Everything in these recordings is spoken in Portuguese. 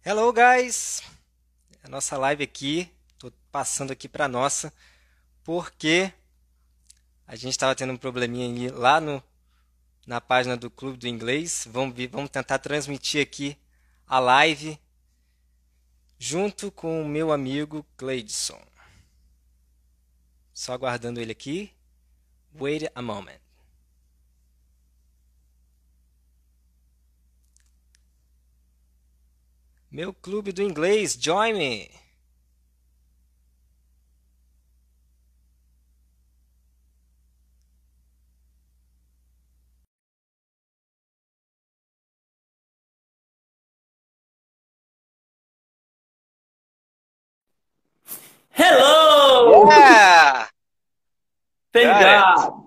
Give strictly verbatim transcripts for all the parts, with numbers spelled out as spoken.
Hello, guys! A nossa live aqui, tô passando aqui para nossa, porque a gente estava tendo um probleminha ali lá no, na página do Clube do Inglês. Vamos, vi- vamos tentar transmitir aqui a live junto com o meu amigo Gleidson. Só aguardando ele aqui. Wait a moment. Meu Clube do Inglês, join me! Hello! Yeah! Thank Got it! God!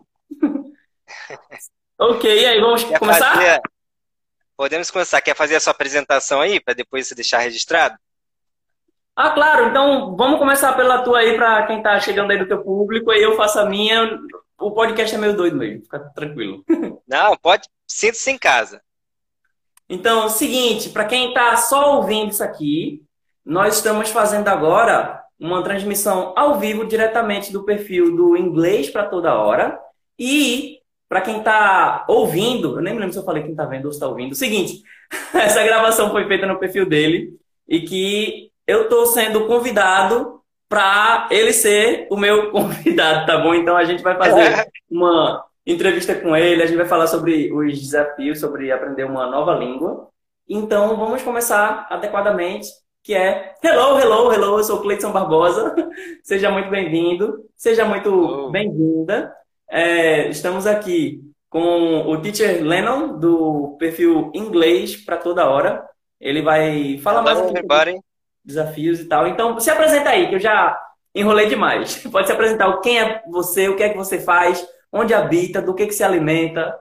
Ok, e aí, vamos Quer começar? fazer? Podemos começar. Quer fazer a sua apresentação aí, para depois você deixar registrado? Ah, claro, então vamos começar pela tua aí, para quem tá chegando aí do teu público, aí eu faço a minha. O podcast é meio doido mesmo, fica tranquilo. Não, pode. Sinta-se em casa. Então, é o seguinte, para quem tá só ouvindo isso aqui, nós estamos fazendo agora uma transmissão ao vivo diretamente do perfil do Inglês para Toda Hora. E para quem tá ouvindo, eu nem me lembro se eu falei quem tá vendo ou se tá ouvindo, o seguinte, essa gravação foi feita no perfil dele e que eu estou sendo convidado para ele ser o meu convidado, tá bom? Então a gente vai fazer uma entrevista com ele, a gente vai falar sobre os desafios, sobre aprender uma nova língua. Então vamos começar adequadamente, que é Hello, hello, hello, eu sou o Cleiton Barbosa. Seja muito bem-vindo, seja muito Oh. bem-vinda. É, estamos aqui com o Teacher Lennon, do perfil Inglês para Toda Hora. Ele vai falar mais Hello, aqui sobre everybody. desafios e tal. Então, se apresenta aí, que eu já enrolei demais. Pode se apresentar quem é você, o que é que você faz, onde habita, do que que se alimenta.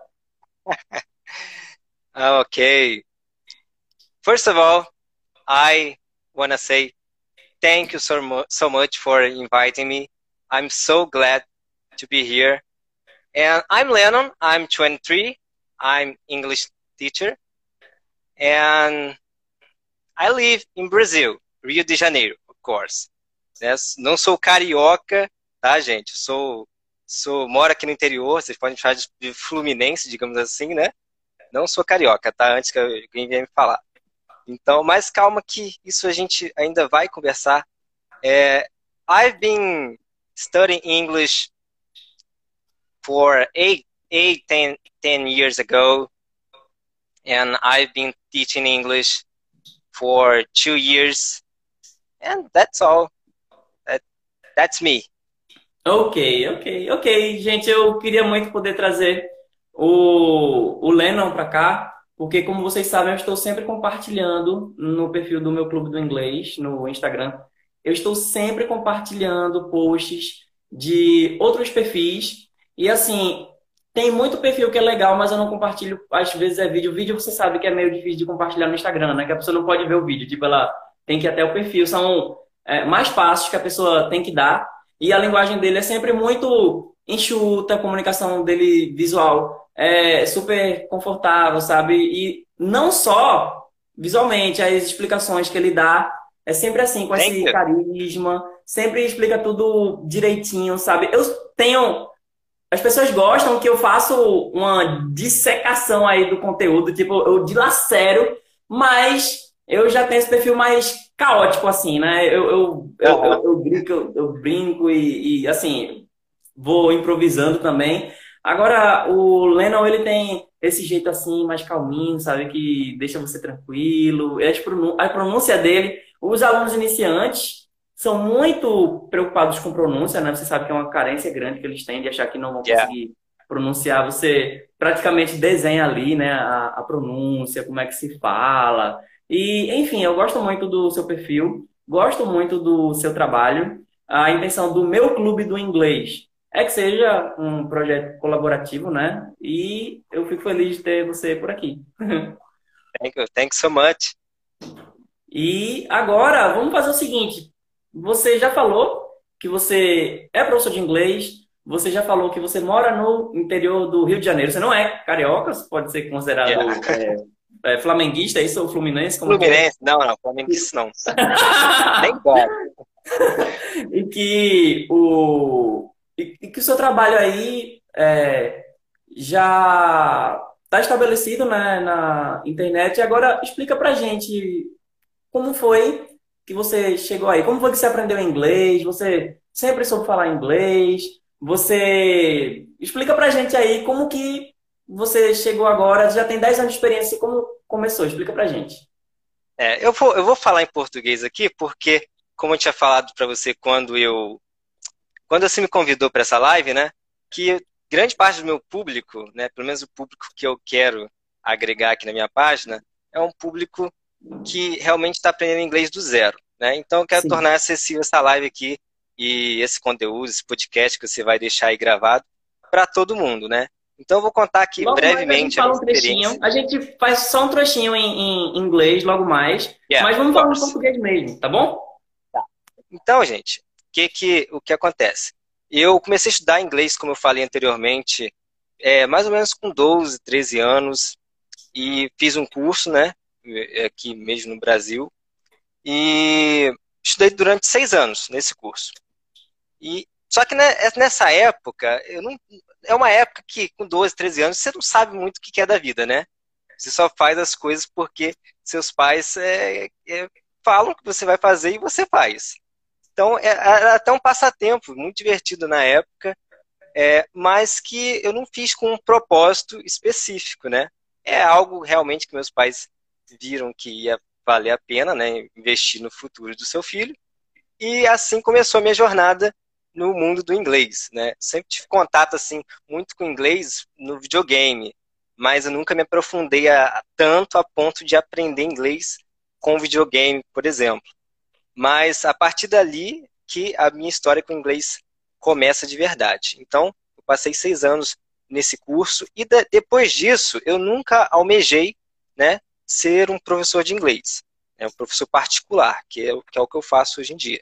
Okay. First of all, I want to say thank you so, mu so much for inviting me. I'm so glad to be here. And I'm Lennon. I'm twenty-three. I'm English teacher. And I live in Brazil, Rio de Janeiro, of course. Né? Não sou carioca, tá, gente? Sou, sou, moro aqui no interior, vocês podem chamar de fluminense, digamos assim, né? Não sou carioca, tá? Antes que alguém venha me falar. Então, mas calma que isso a gente ainda vai conversar. É, I've been studying English for eight, eight, ten, ten years ago, and I've been teaching English for two years, and that's all. That, that's me. Ok, ok, ok. Gente, eu queria muito poder trazer o, o Lennon para cá, porque, como vocês sabem, eu estou sempre compartilhando no perfil do meu Clube do Inglês, no Instagram. Eu estou sempre compartilhando posts de outros perfis. E, assim, tem muito perfil que é legal, mas eu não compartilho, às vezes é vídeo. Vídeo você sabe que é meio difícil de compartilhar no Instagram, né? Que a pessoa não pode ver o vídeo. Tipo, ela tem que ir até o perfil. São, é, mais passos que a pessoa tem que dar. E a linguagem dele é sempre muito enxuta, a comunicação dele visual é super confortável, sabe? E não só visualmente, as explicações que ele dá é sempre assim, com Thank esse you. carisma, sempre explica tudo direitinho, sabe? Eu tenho. As pessoas gostam que eu faço uma dissecação aí do conteúdo, tipo, eu dilacero, mas eu já tenho esse perfil mais caótico, assim, né? Eu, eu, eu, Aham. eu, eu brinco, eu, eu brinco e, e, assim, vou improvisando também. Agora, o Lennon, ele tem esse jeito, assim, mais calminho, sabe? Que deixa você tranquilo. E as pronú- A pronúncia dele, os alunos iniciantes são muito preocupados com pronúncia, né? Você sabe que é uma carência grande que eles têm de achar que não vão Yeah. conseguir pronunciar. Você praticamente desenha ali, né, a, a pronúncia, como é que se fala. E, enfim, eu gosto muito do seu perfil, gosto muito do seu trabalho. A intenção do meu clube do inglês é que seja um projeto colaborativo, né? E eu fico feliz de ter você por aqui. Thank you. Thanks so much. E agora, vamos fazer o seguinte. Você já falou que você é professor de inglês, você já falou que você mora no interior do Rio de Janeiro. Você não é carioca, você pode ser Yeah. considerado. é, flamenguista, isso ou Fluminense, como que é? Fluminense? Não, não, Flamenguista não. Nem dá. E que o, e, e que o seu trabalho aí é, já está estabelecido, né, na internet. E agora explica pra gente como foi que você chegou aí? Como foi que você aprendeu inglês? Você sempre soube falar inglês? Você explica pra gente aí como que você chegou agora, já tem dez anos de experiência, como começou? Explica pra gente. É, eu vou, eu vou falar em português aqui, porque, como eu tinha falado para você quando eu, quando você me convidou para essa live, né, que grande parte do meu público, né, pelo menos o público que eu quero agregar aqui na minha página, é um público que realmente está aprendendo inglês do zero, né? Então eu quero Sim. tornar acessível essa live aqui e esse conteúdo, esse podcast que você vai deixar aí gravado para todo mundo, né? Então eu vou contar aqui Logo mais a gente brevemente a minha fala um trechinho. experiência. A gente faz só um trechinho em, em inglês logo mais, Yeah, mas of vamos falar em course. português mesmo, tá bom? Então, gente, que que, o que acontece? Eu comecei a estudar inglês, como eu falei anteriormente, é, mais ou menos com doze, treze anos, e fiz um curso, né, aqui mesmo no Brasil, e estudei durante seis anos nesse curso. E, só que né, é nessa época, eu não, é uma época que com doze, treze anos, você não sabe muito o que é da vida, né? Você só faz as coisas porque seus pais é, é, falam que você vai fazer e você faz. Então, é, era até um passatempo muito divertido na época, é, mas que eu não fiz com um propósito específico, né? É algo realmente que meus pais viram que ia valer a pena, né? Investir no futuro do seu filho. E assim começou a minha jornada no mundo do inglês, né? Sempre tive contato assim muito com inglês no videogame, mas eu nunca me aprofundei a, tanto a ponto de aprender inglês com videogame, por exemplo. Mas a partir dali que a minha história com o inglês começa de verdade. Então, eu passei seis anos nesse curso e de, depois disso eu nunca almejei, né, ser um professor de inglês, né, um professor particular, que é, que é o que eu faço hoje em dia.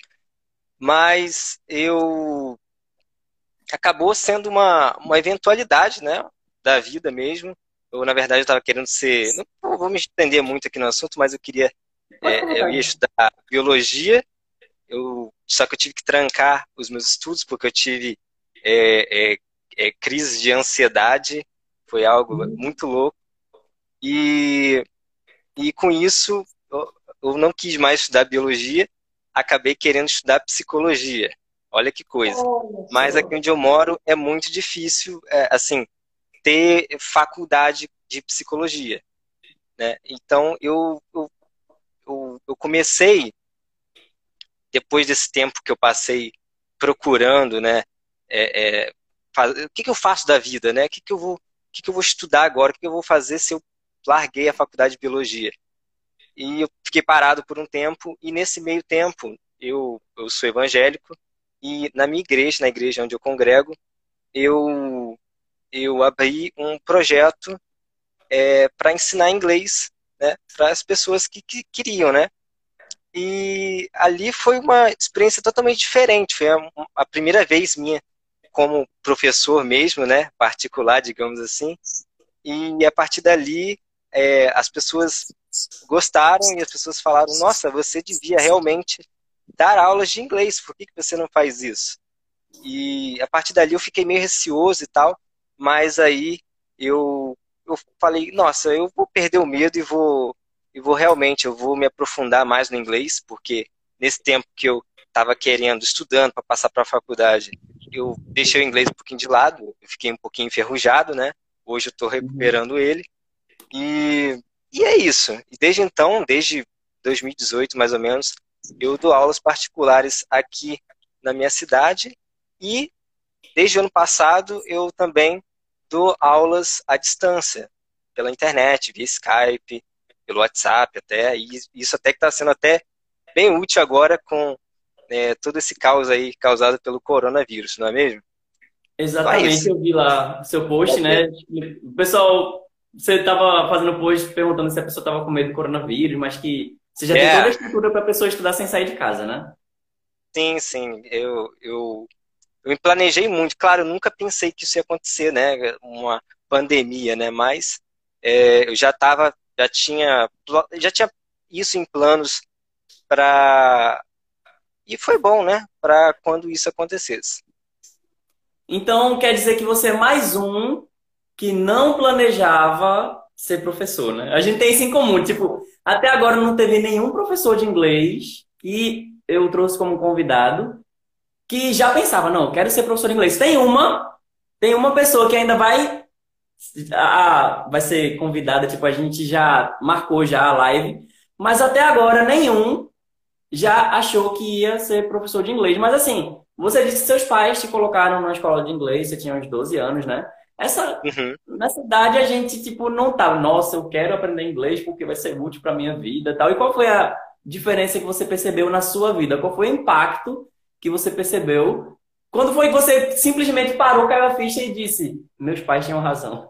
Mas eu acabou sendo uma, uma eventualidade, né, da vida mesmo. Eu, na verdade, estava querendo ser. Não, não vou me estender muito aqui no assunto, mas eu queria. Pode ficar à É, eu ia vontade. estudar biologia, eu, só que eu tive que trancar os meus estudos porque eu tive é, é, é, crise de ansiedade, foi algo Uhum. muito louco. E, e com isso, eu, eu não quis mais estudar biologia, acabei querendo estudar psicologia. Olha que coisa. Olha Mas aqui só. onde eu moro é muito difícil, é, assim, ter faculdade de psicologia, né? Então eu, eu, eu, eu comecei depois desse tempo que eu passei procurando, né, é, é, faz, o que, que eu faço da vida, né? O que, que eu vou, o que, que eu vou estudar agora? O que, que eu vou fazer se eu larguei a faculdade de biologia? E eu fiquei parado por um tempo e nesse meio tempo eu, eu sou evangélico e na minha igreja, na igreja onde eu congrego, eu eu abri um projeto é, para ensinar inglês, né, para as pessoas que, que queriam, né? E ali foi uma experiência totalmente diferente. Foi a, a primeira vez minha como professor mesmo, né? Particular, digamos assim. E a partir dali, é, as pessoas gostaram e as pessoas falaram: Nossa, você devia realmente dar aulas de inglês. Por que que você não faz isso? E a partir dali eu fiquei meio receoso e tal. Mas aí eu, eu falei: Nossa, eu vou perder o medo e vou e vou realmente, eu vou me aprofundar mais no inglês, porque nesse tempo que eu estava querendo, estudando para passar para a faculdade, eu deixei o inglês um pouquinho de lado, eu fiquei um pouquinho enferrujado, né? Hoje eu estou Uhum. recuperando ele. E, e é isso. E desde então, desde dois mil e dezoito mais ou menos, eu dou aulas particulares aqui na minha cidade e desde o ano passado eu também dou aulas à distância, pela internet, via Skype, pelo WhatsApp até, e isso até que está sendo até bem útil agora com é, todo esse caos aí causado pelo coronavírus, não é mesmo? Então é Exatamente, isso. eu vi lá o seu post, Prazer. né? O pessoal, você estava fazendo post perguntando se a pessoa estava com medo do coronavírus, mas que você já tem toda a É, estrutura para a pessoa estudar sem sair de casa, né? sim, sim. Eu, eu, eu me planejei muito. Claro, eu nunca pensei que isso ia acontecer, né? Uma pandemia, né? Mas é, eu já estava já tinha, já tinha isso em planos para. E foi bom, né? Para quando isso acontecesse. Então, quer dizer que você é mais um que não planejava ser professor, né? A gente tem isso em comum. Tipo, até agora não teve nenhum professor de inglês que eu trouxe como convidado que já pensava, não, quero ser professor de inglês. Tem uma, tem uma pessoa que ainda vai, ah, vai ser convidada, tipo, a gente já marcou já a live, mas até agora nenhum já achou que ia ser professor de inglês. Mas assim, você disse que seus pais te colocaram na escola de inglês, você tinha uns doze anos, né? Essa, Uhum. nessa idade a gente, tipo, não tá, nossa, eu quero aprender inglês porque vai ser útil para minha vida e tal. E qual foi a diferença que você percebeu na sua vida? Qual foi o impacto que você percebeu? Quando foi que você simplesmente parou, caiu a ficha e disse, meus pais tinham razão?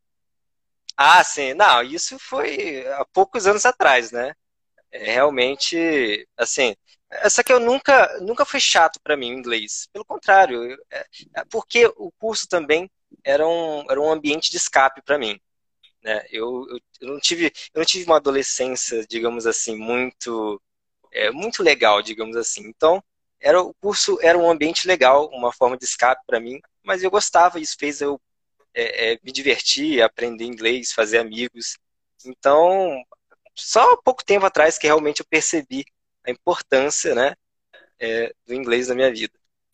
Ah, sim. Não, isso foi há poucos anos atrás, né? É, realmente, assim, essa que eu nunca, nunca foi chato para mim o inglês. Pelo contrário, eu- é- é porque o curso também era um, era um ambiente de escape para mim, né? Eu, eu, eu não tive, eu não tive uma adolescência, digamos assim, muito, é, muito legal, digamos assim. Então, era o curso era um ambiente legal, uma forma de escape para mim, mas eu gostava, isso fez eu é, é, me divertir, aprender inglês, fazer amigos. Então, só há pouco tempo atrás que realmente eu percebi a importância, né, é, do inglês na minha vida.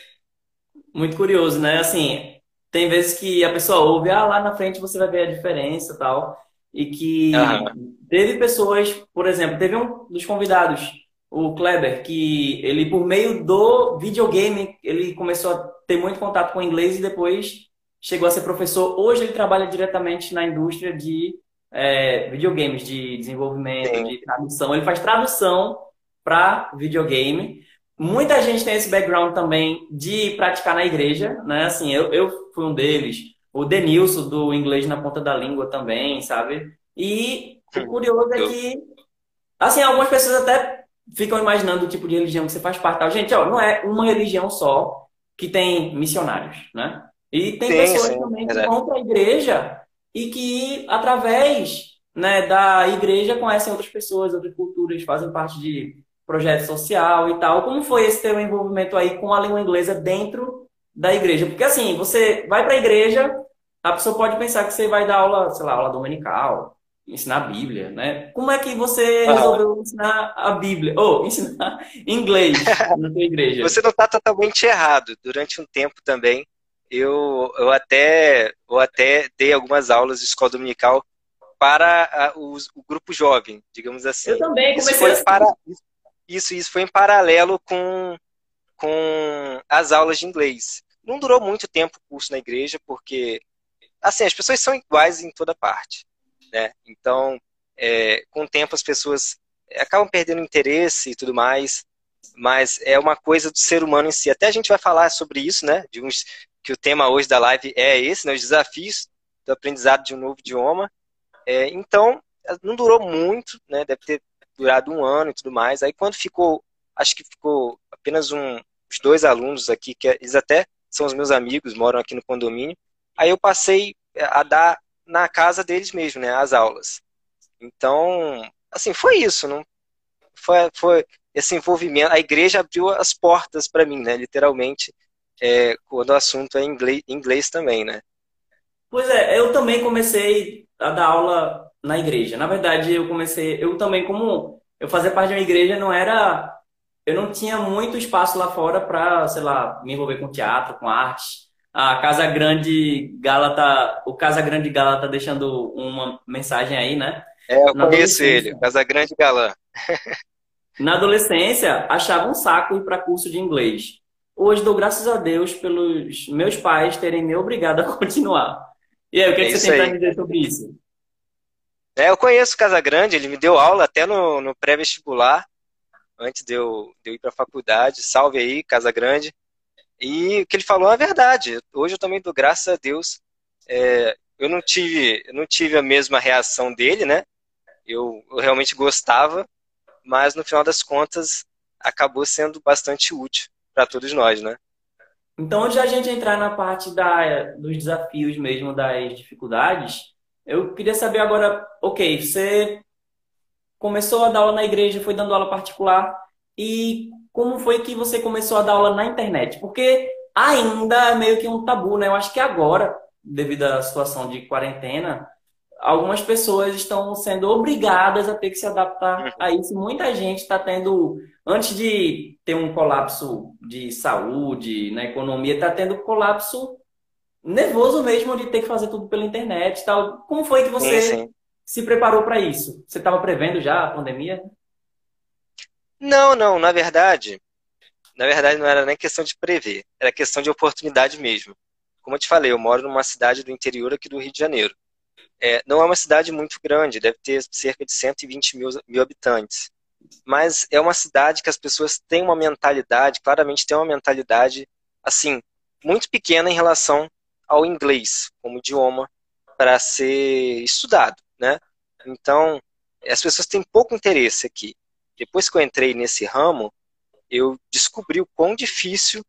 Muito curioso, né? Assim, tem vezes que a pessoa ouve, ah, lá na frente você vai ver a diferença e tal. E que Aham, teve pessoas, por exemplo, teve um dos convidados, o Kleber, que ele, por meio do videogame, ele começou a ter muito contato com o inglês e depois chegou a ser professor. Hoje ele trabalha diretamente na indústria de é, videogames, de desenvolvimento, sim. de tradução. Ele faz tradução para videogame. Muita gente tem esse background também de praticar na igreja, né? Assim, eu, eu fui um deles. O Denilson, do Inglês na Ponta da Língua também, sabe? E o curioso é Eu- que, assim, algumas pessoas até ficam imaginando o tipo de religião que você faz parte. Tal. Gente, ó, não é uma religião só que tem missionários, né? E tem Sim, pessoas sim, também que verdade. vão para a igreja e que, através, né, da igreja, conhecem outras pessoas, outras culturas, fazem parte de projeto social e tal. Como foi esse teu envolvimento aí com a língua inglesa dentro da igreja? Porque, assim, você vai para a igreja, a pessoa pode pensar que você vai dar aula, sei lá, aula dominical, ensinar a Bíblia, né? Como é que você Aham. resolveu ensinar a Bíblia? Ou ensinar inglês na sua igreja? Você não está totalmente errado. Durante um tempo também, eu, eu até, eu até dei algumas aulas de escola dominical para a- os- o grupo jovem, digamos Eu assim. também Isso comecei foi para assim. isso, isso foi em paralelo com com as aulas de inglês. Não durou muito tempo o curso na igreja, porque, assim, as pessoas são iguais em toda parte, né? Então, é, com o tempo as pessoas é, acabam perdendo interesse e tudo mais, mas é uma coisa do ser humano em si. Até a gente vai falar sobre isso, né? De uns, que o tema hoje da live é esse, né? Os desafios do aprendizado de um novo idioma. É, então, não durou muito, né? Deve ter durado um ano e tudo mais. Aí quando ficou, acho que ficou apenas um, os dois alunos aqui, que eles até são os meus amigos, moram aqui no condomínio. Aí eu passei a dar na casa deles mesmo, né? As aulas. Então, assim, foi isso, não foi, foi esse envolvimento. A igreja abriu as portas para mim, né? Literalmente, é, quando o assunto é inglês, inglês também, né? Pois é, eu também comecei a dar aula na igreja. Na verdade, eu comecei, eu também, como eu fazia parte de uma igreja, não era, eu não tinha muito espaço lá fora para, sei lá, me envolver com teatro, com arte. A Casa Grande Gala o Casa Grande Gala tá deixando uma mensagem aí, né? É, eu Na conheço ele, adolescência. Casagrande Galã. Na adolescência, achava um saco ir para curso de inglês. Hoje dou graças a Deus pelos meus pais terem me obrigado a continuar. E aí, o que é É que você isso tem para aí. dizer sobre isso? É, eu conheço o Casagrande, ele me deu aula até no, no pré-vestibular, antes de eu, de eu ir para a faculdade. Salve aí, Casagrande. E o que ele falou é verdade. Hoje eu também dou graças a Deus. É, eu não tive, eu não tive a mesma reação dele, né? Eu, eu realmente gostava, mas no final das contas acabou sendo bastante útil para todos nós, né? Então, antes da gente entrar na parte da, dos desafios mesmo, das dificuldades, Eu queria saber agora, ok, você começou a dar aula na igreja, foi dando aula particular, e como foi que você começou a dar aula na internet? Porque ainda é meio que um tabu, né? Eu acho que agora, devido à situação de quarentena, algumas pessoas estão sendo obrigadas a ter que se adaptar a Uhum. isso. Muita gente está tendo, antes de ter um colapso de saúde na economia, está tendo colapso nervoso mesmo de ter que fazer tudo pela internet e tal. Como foi que Sim, você sim. se preparou para isso? Você estava prevendo já a pandemia? Não, não, na verdade, na verdade não era nem questão de prever, era questão de oportunidade mesmo. Como eu te falei, eu moro numa cidade do interior aqui do Rio de Janeiro. É, não é uma cidade muito grande, deve ter cerca de cento e vinte mil, mil habitantes. Mas é uma cidade que as pessoas têm uma mentalidade, claramente têm uma mentalidade, assim, muito pequena em relação ao inglês como idioma para ser estudado, né? Então, as pessoas têm pouco interesse aqui. Depois que eu entrei nesse ramo, eu descobri o quão difícil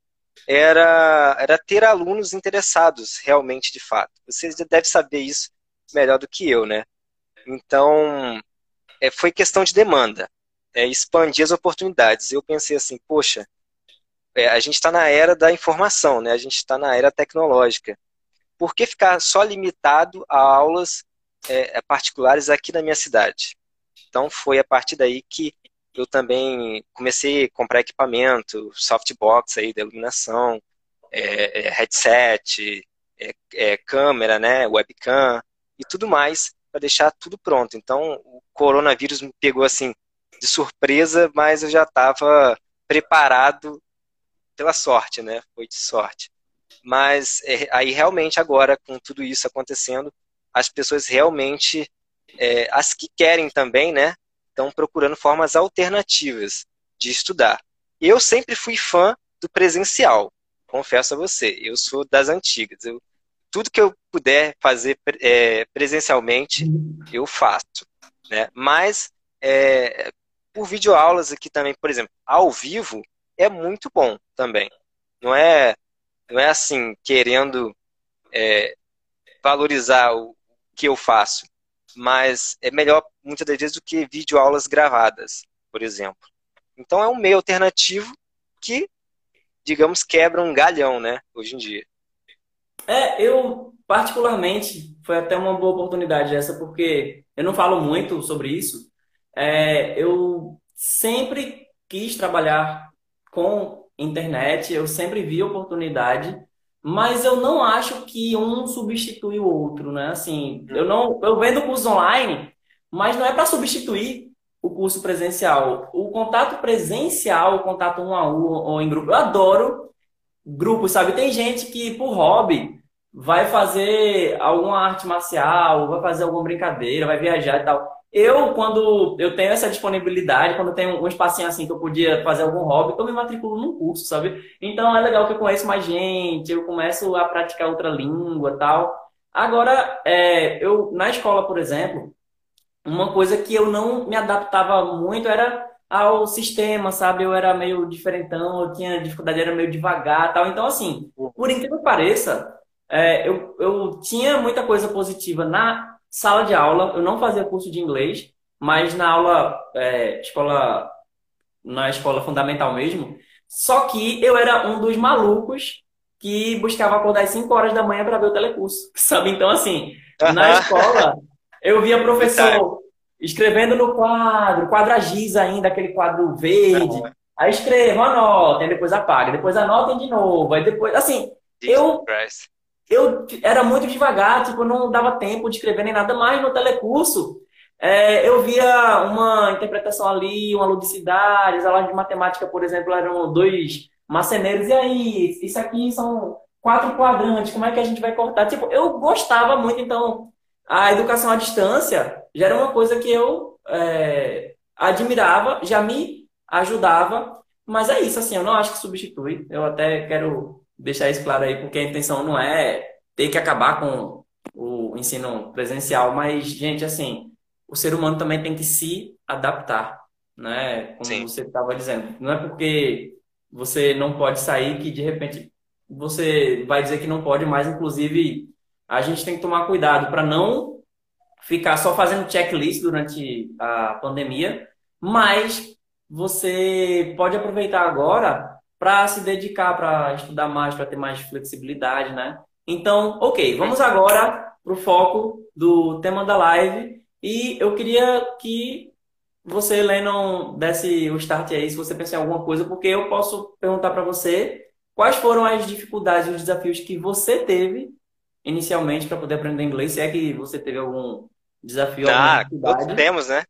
era, era ter alunos interessados realmente de fato. Você já deve saber isso melhor do que eu, né? Então, é, foi questão de demanda, é, expandir as oportunidades. Eu pensei assim, poxa, é, a gente está na era da informação, né? A gente está na era tecnológica. Por que ficar só limitado a aulas é, particulares aqui na minha cidade? Então, foi a partir daí que eu também comecei a comprar equipamento, softbox aí da iluminação, é, é, headset, é, é, câmera, né, webcam e tudo mais para deixar tudo pronto. Então, o coronavírus me pegou assim de surpresa, mas eu já estava preparado pela sorte, né? Foi de sorte. Mas é, aí realmente agora, com tudo isso acontecendo, as pessoas realmente, é, as que querem também, né, estão procurando formas alternativas de estudar. Eu sempre fui fã do presencial, confesso a você. Eu sou das antigas. Eu, tudo que eu puder fazer é, presencialmente, eu faço, né? Mas é, por videoaulas aqui também, por exemplo, ao vivo é muito bom também. Não é, não é assim, querendo é, valorizar o que eu faço, mas é melhor muitas das vezes do que videoaulas gravadas, por exemplo. Então é um meio alternativo que, digamos, quebra um galhão, né, hoje em dia. É, eu particularmente, foi até uma boa oportunidade essa, porque eu não falo muito sobre isso. É, eu sempre quis trabalhar com internet, eu sempre vi oportunidade, mas eu não acho que um substitui o outro, né? Assim, eu Uhum. não, eu vendo curso online, mas não é para substituir o curso presencial. O contato presencial, o contato um a um ou em grupo, eu adoro grupos, sabe? Tem gente que, por hobby, vai fazer alguma arte marcial, vai fazer alguma brincadeira, vai viajar e tal. Eu, quando eu tenho essa disponibilidade, quando eu tenho um espacinho assim que eu podia fazer algum hobby, eu me matriculo num curso, sabe? Então é legal que eu conheço mais gente, eu começo a praticar outra língua e tal. Agora, é, eu na escola, por exemplo, uma coisa que eu não me adaptava muito era ao sistema, sabe? Eu era meio diferentão, eu tinha dificuldade, era meio devagar, tal. Então, assim, por incrível que pareça, é, eu, eu tinha muita coisa positiva na sala de aula. Eu não fazia curso de inglês, mas na aula, é, escola, na escola fundamental mesmo. Só que eu era um dos malucos que buscava acordar às cinco horas da manhã para ver o telecurso, sabe? Então, assim, na Aham. escola eu via Good time. professor escrevendo no quadro, quadro a giz ainda, aquele quadro verde. Aham. Aí escreva, anotem, depois apaga, depois anotem de novo. Aí depois, assim, Jesus eu Christ. eu era muito devagar, tipo, não dava tempo de escrever nem nada mais no telecurso. É, eu via uma interpretação ali, uma ludicidade, as aulas de matemática, por exemplo, eram dois marceneiros. E aí, isso aqui são quatro quadrantes, como é que a gente vai cortar? Tipo, eu gostava muito, então, a educação à distância já era uma coisa que eu é, admirava, já me ajudava, mas é isso, assim, eu não acho que substitui. Eu até quero deixar isso claro aí, porque a intenção não é ter que acabar com o ensino presencial, mas, gente, assim, o ser humano também tem que se adaptar, né? Como Sim, você estava dizendo. Não é porque você não pode sair que, de repente, você vai dizer que não pode mais. Inclusive, a gente tem que tomar cuidado para não ficar só fazendo checklist durante a pandemia, mas você pode aproveitar agora para se dedicar, para estudar mais, para ter mais flexibilidade, né? Então, ok, Uhum. vamos agora para o foco do tema da live. E eu queria que você, Lennon, desse o start aí, se você pensar em alguma coisa, porque eu posso perguntar para você quais foram as dificuldades, os desafios que você teve inicialmente para poder aprender inglês, se é que você teve algum desafio, alguma Ah, todos dificuldade, temos, né?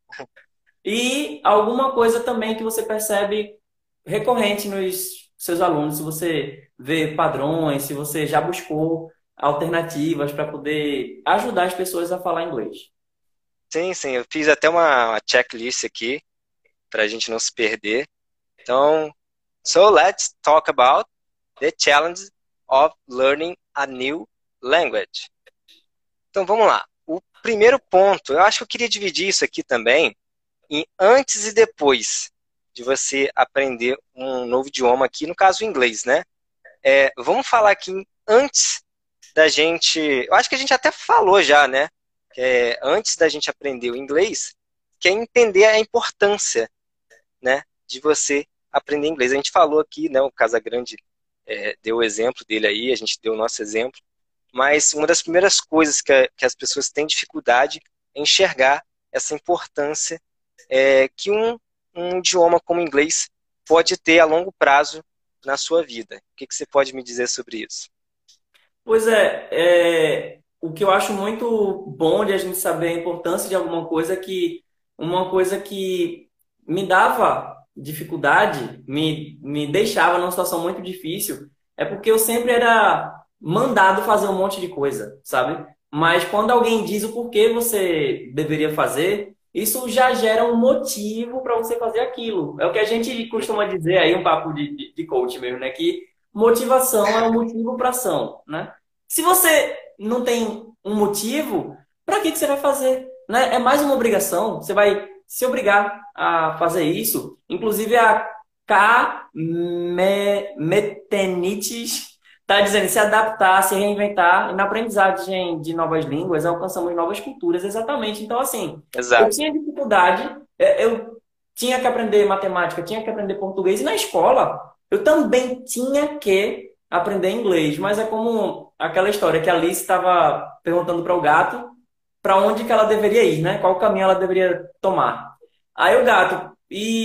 e alguma coisa também que você percebe recorrente nos seus alunos, se você vê padrões, se você já buscou alternativas para poder ajudar as pessoas a falar inglês. Sim, sim, eu fiz até uma, uma checklist aqui para a gente não se perder. Então, so let's talk about the challenge of learning a new language. Então, vamos lá. O primeiro ponto, eu acho que eu queria dividir isso aqui também em antes e depois de você aprender um novo idioma aqui, no caso o inglês, né? É, vamos falar aqui em antes da gente. Eu acho que a gente até falou já, né? Que é, antes da gente aprender o inglês, que é entender a importância, né, de você aprender inglês. A gente falou aqui, né? O Casagrande é, deu o exemplo dele aí, a gente deu o nosso exemplo. Mas uma das primeiras coisas que, a, que as pessoas têm dificuldade é enxergar essa importância é, que um, um idioma como o inglês pode ter a longo prazo na sua vida. O que, que você pode me dizer sobre isso? Pois é, é, o que eu acho muito bom de a gente saber a importância de alguma coisa é que uma coisa que me dava dificuldade, me, me deixava numa situação muito difícil, é porque eu sempre era mandado fazer um monte de coisa, sabe? Mas quando alguém diz o porquê você deveria fazer, isso já gera um motivo para você fazer aquilo. É o que a gente costuma dizer aí, um papo de, de, de coach mesmo, né? Que motivação é o motivo para ação, né? Se você não tem um motivo, para que que você vai fazer? Né? É mais uma obrigação. Você vai se obrigar a fazer isso. Inclusive a K. Me- Metenites está dizendo se adaptar, se reinventar. E na aprendizagem de novas línguas, alcançamos novas culturas. Exatamente. Então, assim, eu Exato. tinha dificuldade, é, eu tinha que aprender matemática, tinha que aprender português. E na escola, eu também tinha que aprender inglês. Mas é como aquela história que a Alice estava perguntando para o gato para onde que ela deveria ir, né? Qual caminho ela deveria tomar. Aí o gato,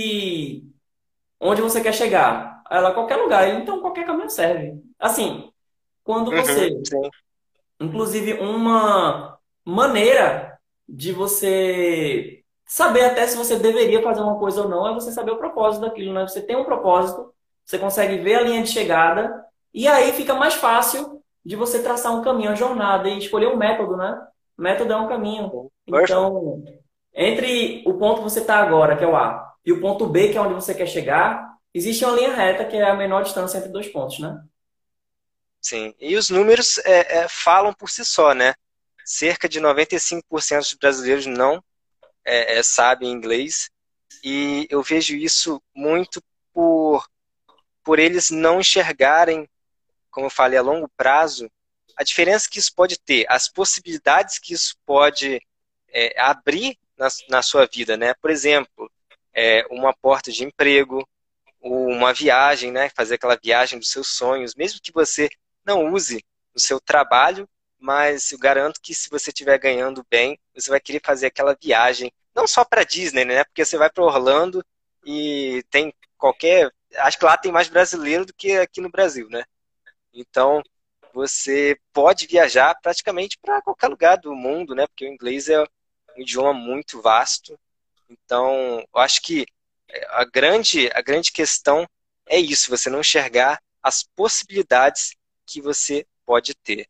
e onde você quer chegar? Aí ela, qualquer lugar. Ele, então, qualquer caminho serve. Assim, quando Uhum, você, sim, inclusive, uma maneira de você saber até se você deveria fazer uma coisa ou não é você saber o propósito daquilo, né? Você tem um propósito, você consegue ver a linha de chegada e aí fica mais fácil de você traçar um caminho, uma jornada e escolher um método, né? Método é um caminho. sim. Perfect. Então, entre o ponto que você está agora, que é o A, e o ponto B, que é onde você quer chegar, existe uma linha reta que é a menor distância entre dois pontos, né? Sim. E os números é, é, falam por si só, né? Cerca de noventa e cinco por cento dos brasileiros não é, é, sabem inglês e eu vejo isso muito por, por eles não enxergarem, como eu falei, a longo prazo, a diferença que isso pode ter, as possibilidades que isso pode é, abrir na, na sua vida, né? Por exemplo, é, uma porta de emprego, uma viagem, né? Fazer aquela viagem dos seus sonhos, mesmo que você não use no seu trabalho, mas eu garanto que se você estiver ganhando bem, você vai querer fazer aquela viagem, não só para Disney, né? Porque você vai para Orlando e tem qualquer, acho que lá tem mais brasileiro do que aqui no Brasil, né? Então, você pode viajar praticamente para qualquer lugar do mundo, né? Porque o inglês é um idioma muito vasto. Então, eu acho que a grande, a grande questão é isso, você não enxergar as possibilidades que você pode ter.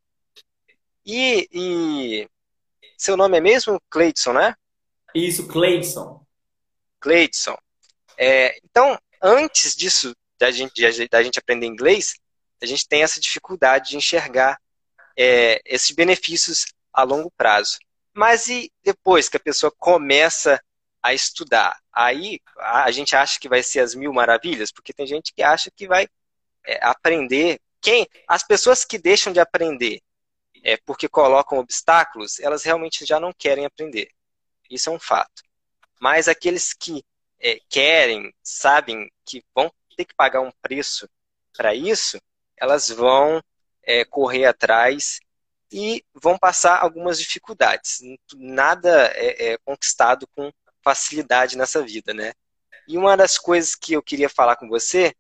E, e seu nome é mesmo Cleidson, né? Isso, Cleidson. Cleidson. É, então, antes disso, da gente, da gente aprender inglês, a gente tem essa dificuldade de enxergar é, esses benefícios a longo prazo. Mas e depois que a pessoa começa a estudar? Aí a gente acha que vai ser as mil maravilhas, porque tem gente que acha que vai é, aprender. Quem? As pessoas que deixam de aprender é, porque colocam obstáculos, elas realmente já não querem aprender. Isso é um fato. Mas aqueles que é, querem, sabem que vão ter que pagar um preço para isso, elas vão é, correr atrás e vão passar algumas dificuldades. Nada é, é conquistado com facilidade nessa vida, né? E uma das coisas que eu queria falar com você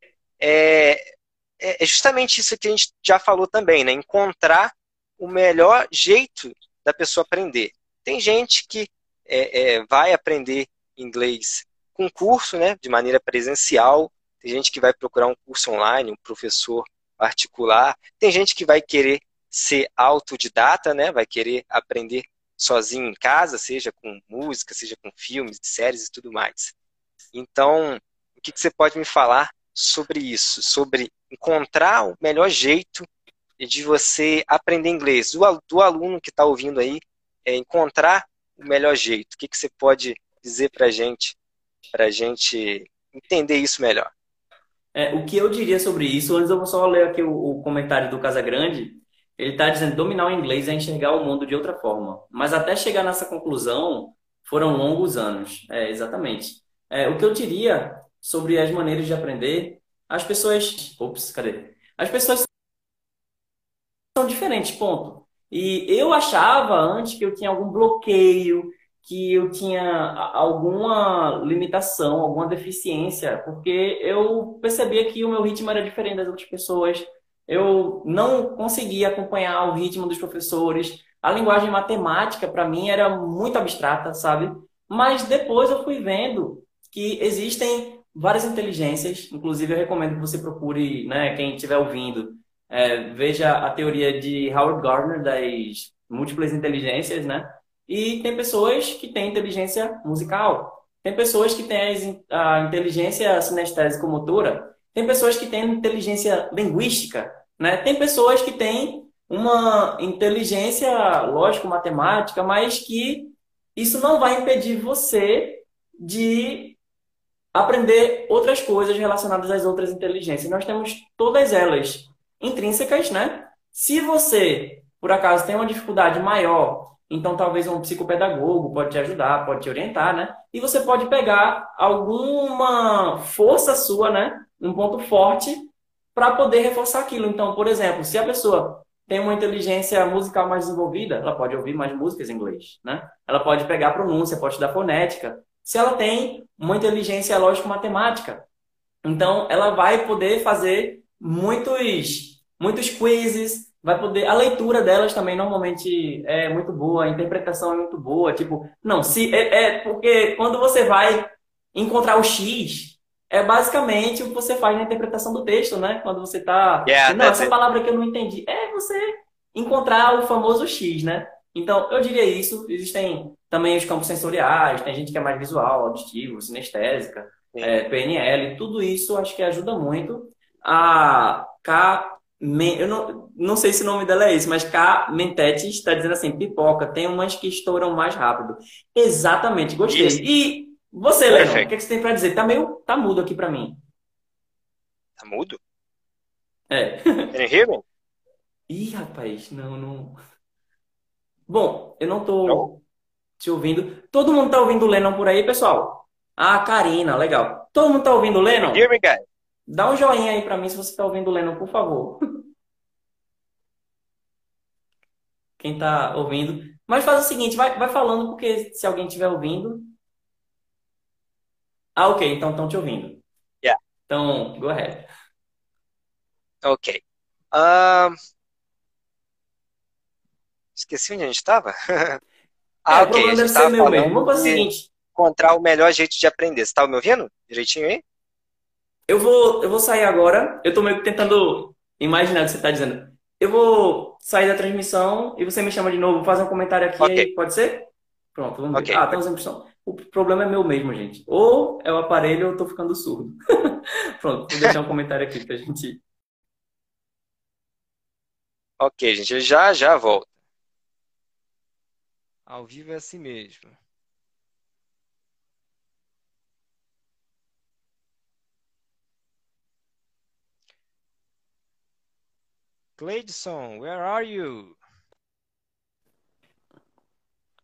é, é justamente isso que a gente já falou também, né? Encontrar o melhor jeito da pessoa aprender. Tem gente que é, é, vai aprender inglês com curso, né? De maneira presencial. Tem gente que vai procurar um curso online, um professor particular. Tem gente que vai querer ser autodidata, né? Vai querer aprender sozinho em casa, seja com música, seja com filmes, séries e tudo mais. Então, o que que você pode me falar sobre isso? Sobre encontrar o melhor jeito de você aprender inglês. Do, al- do aluno que está ouvindo aí, é encontrar o melhor jeito. O que que você pode dizer para a gente, para a gente entender isso melhor? É, o que eu diria sobre isso, antes eu vou só ler aqui o, o comentário do Casagrande. Ele está dizendo: dominar o inglês é enxergar o mundo de outra forma. Mas até chegar nessa conclusão foram longos anos. É, exatamente. É, o que eu diria sobre as maneiras de aprender, as pessoas. Ops, cadê? As pessoas são diferentes, ponto. E eu achava antes que eu tinha algum bloqueio, que eu tinha a- alguma limitação, alguma deficiência, porque eu percebia que o meu ritmo era diferente das outras pessoas. Eu não conseguia acompanhar o ritmo dos professores. A linguagem matemática, para mim, era muito abstrata, sabe? Mas depois eu fui vendo que existem várias inteligências. Inclusive, eu recomendo que você procure, né, quem estiver ouvindo, é, veja a teoria de Howard Gardner das múltiplas inteligências, né? E tem pessoas que têm inteligência musical, tem pessoas que têm as in- a inteligência sinestésico-motora, tem pessoas que têm inteligência linguística, né? Tem pessoas que têm uma inteligência lógico-matemática, mas que isso não vai impedir você de aprender outras coisas relacionadas às outras inteligências. Nós temos todas elas intrínsecas, né? Se você, por acaso, tem uma dificuldade maior, então talvez um psicopedagogo pode te ajudar, pode te orientar, né? E você pode pegar alguma força sua, né? Um ponto forte para poder reforçar aquilo. Então, por exemplo, se a pessoa tem uma inteligência musical mais desenvolvida, ela pode ouvir mais músicas em inglês, né? Ela pode pegar a pronúncia, pode estudar fonética. Se ela tem uma inteligência lógico-matemática, então ela vai poder fazer muitos, muitos quizzes, vai poder. A leitura delas também normalmente é muito boa, a interpretação é muito boa. Tipo, não, se é, é porque quando você vai encontrar o X, é basicamente o que você faz na interpretação do texto, né? Quando você está. Yeah, Não, that's essa it. palavra que eu não entendi. É você encontrar o famoso X, né? Então, eu diria isso. Existem também os campos sensoriais, tem gente que é mais visual, auditivo, sinestésica, Sim. é, P N L, tudo isso acho que ajuda muito. A K, Men- eu não, não sei se o nome dela é esse, mas K Mentetes está dizendo assim: pipoca, tem umas que estouram mais rápido. Exatamente, gostei. Isso, E você, Lennon, o perfect. que, é que você tem para dizer? Tá meio, tá mudo aqui para mim. Tá mudo? É. Can you hear me? Ih, rapaz, não, não. Bom, eu não No? tô te ouvindo. Todo mundo tá ouvindo o Lennon por aí, pessoal? Ah, Karina, legal. Todo mundo tá ouvindo o Can you hear Lennon? me, guys? Dá um joinha aí pra mim se você tá ouvindo o Lennon, por favor. Quem tá ouvindo. Mas faz o seguinte, vai, vai falando, porque se alguém estiver ouvindo. Ah, ok, então estão te ouvindo. Yeah, Então, go ahead. ok. Ahn, esqueci onde a gente estava? É, Ah, o ok. A problema gente deve ser estava meu mesmo. falando Vamos fazer o de seguinte. encontrar o melhor jeito de aprender. Você estava me ouvindo direitinho aí? Eu vou, eu vou sair agora. Eu tô meio que tentando imaginar o que você tá dizendo. Eu vou sair da transmissão e você me chama de novo, faz um comentário aqui Ok, aí, pode ser? Pronto, vamos ver. ok. Ah, estamos em impressão. O problema é meu mesmo, gente. Ou é o aparelho ou eu tô ficando surdo. Pronto, vou deixar um comentário aqui pra gente. Ok, gente. Eu já, já volto. Ao vivo é assim mesmo. Cleidson, where are you?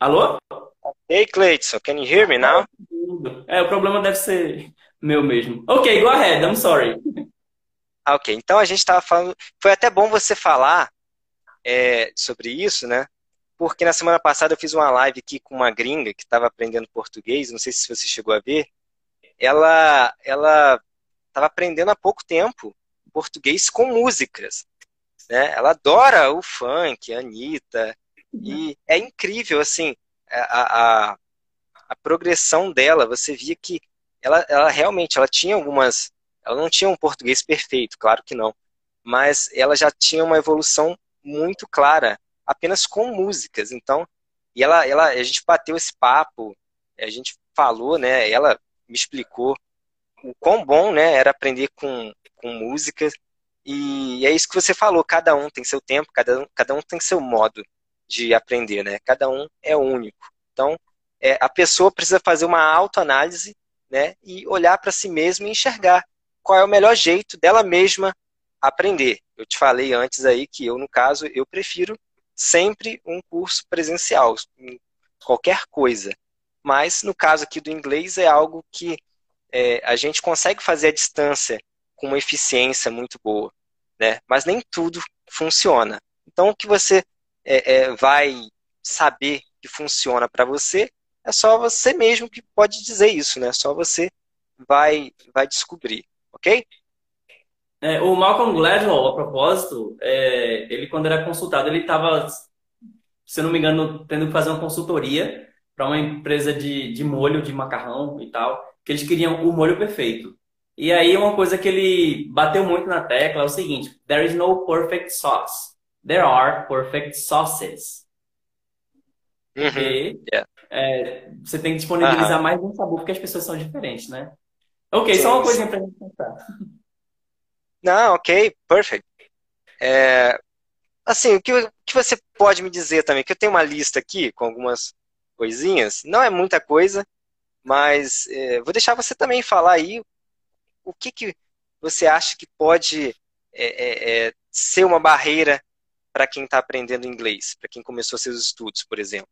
Alô? Hey, Cleiton, can you hear me now? É, o problema deve ser meu mesmo. Ok, go ahead, I'm sorry. Ah, ok. Então a gente estava falando. Foi até bom você falar é, sobre isso, né? Porque na semana passada eu fiz uma live aqui com uma gringa que estava aprendendo português. Não sei se você chegou a ver. Ela, ela estava aprendendo há pouco tempo português com músicas, né? Ela adora o funk, a Anitta, e é incrível, assim, a, a, a progressão dela. Você via que ela, ela realmente, ela tinha algumas, ela não tinha um português perfeito, claro que não, mas ela já tinha uma evolução muito clara, apenas com músicas. Então, e ela, ela, a gente bateu esse papo, a gente falou, né? Ela me explicou o quão bom, né, era aprender com, com música. E é isso que você falou, cada um tem seu tempo, cada, um- cada um tem seu modo de aprender, né? Cada um é único. Então, é, a pessoa precisa fazer uma autoanálise, né, e olhar para si mesma e enxergar qual é o melhor jeito dela mesma aprender. Eu te falei antes aí que eu, no caso, eu prefiro sempre um curso presencial, em qualquer coisa. Mas, no caso aqui do inglês, é algo que é, a gente consegue fazer a distância com uma eficiência muito boa, né? Mas nem tudo funciona. Então, o que você é, é, vai saber que funciona para você é só você mesmo que pode dizer isso, né? Só você vai, vai descobrir, ok? É, o Malcolm Gladwell, a propósito, é, ele quando era consultado, ele estava, se eu não me engano, tendo que fazer uma consultoria para uma empresa de, de molho, de macarrão e tal, que eles queriam o molho perfeito. E aí uma coisa que ele bateu muito na tecla é o seguinte: there is no perfect sauce. There are perfect sauces. Uhum. Porque Yeah. é, você tem que Aham. disponibilizar mais de um sabor, porque as pessoas são diferentes, né? Ok, só uma Sim, coisinha sim. pra gente pensar. Não, ok, perfect. É, assim, o que, o que você pode me dizer também? Que eu tenho uma lista aqui com algumas coisinhas. Não é muita coisa, mas é, vou deixar você também falar aí o que, que você acha que pode é, é, é, ser uma barreira para quem está aprendendo inglês, para quem começou seus estudos, por exemplo.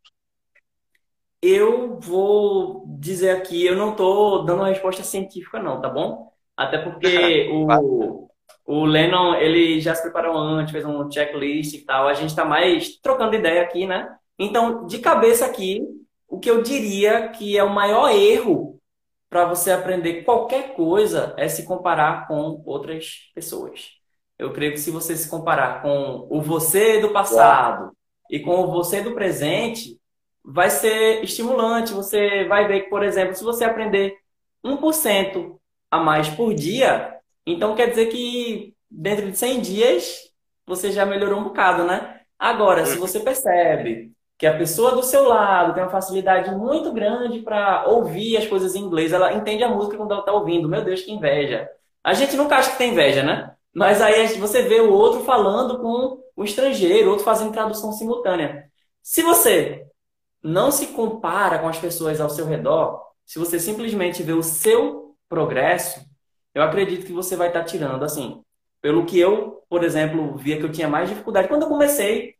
Eu vou dizer aqui, eu não estou dando uma resposta científica não, tá bom? Até porque Claro. o, o Lennon, ele já se preparou antes, fez um checklist e tal. A gente está mais trocando ideia aqui, né? Então, de cabeça aqui, o que eu diria que é o maior erro para você aprender qualquer coisa é se comparar com outras pessoas. Eu creio que se você se comparar com o você do Yeah. passado e com o você do presente, vai ser estimulante. Você vai ver que, por exemplo, se você aprender um por cento a mais por dia, então quer dizer que dentro de cem dias você já melhorou um bocado, né? Agora, se Uhum. você percebe que a pessoa do seu lado tem uma facilidade muito grande para ouvir as coisas em inglês, ela entende a música quando ela está ouvindo. Meu Deus, que inveja. A gente nunca acha que tem inveja, né? Mas aí você vê o outro falando com o estrangeiro, o outro fazendo tradução simultânea. Se você não se compara com as pessoas ao seu redor, se você simplesmente vê o seu progresso, eu acredito que você vai estar tirando, assim, pelo que eu, por exemplo, via que eu tinha mais dificuldade. Quando eu comecei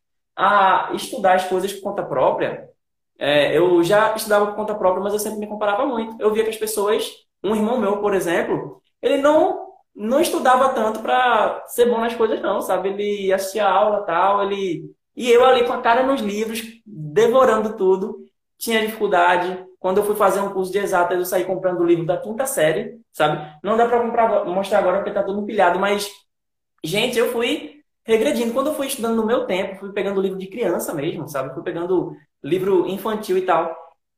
a estudar as coisas por conta própria, é, eu já estudava por conta própria, mas eu sempre me comparava muito. Eu via que as pessoas, um irmão meu, por exemplo, ele não não estudava tanto para ser bom nas coisas, não, sabe? Ele assistia aula, tal, ele e eu ali com a cara nos livros, devorando tudo, tinha dificuldade. Quando eu fui fazer um curso de exatas, eu saí comprando o livro da quinta série, sabe? Não dá para comprar, mostrar agora porque tá todo empilhado, mas gente, eu fui regredindo. Quando eu fui estudando no meu tempo, fui pegando livro de criança mesmo, sabe? Fui pegando livro infantil e tal.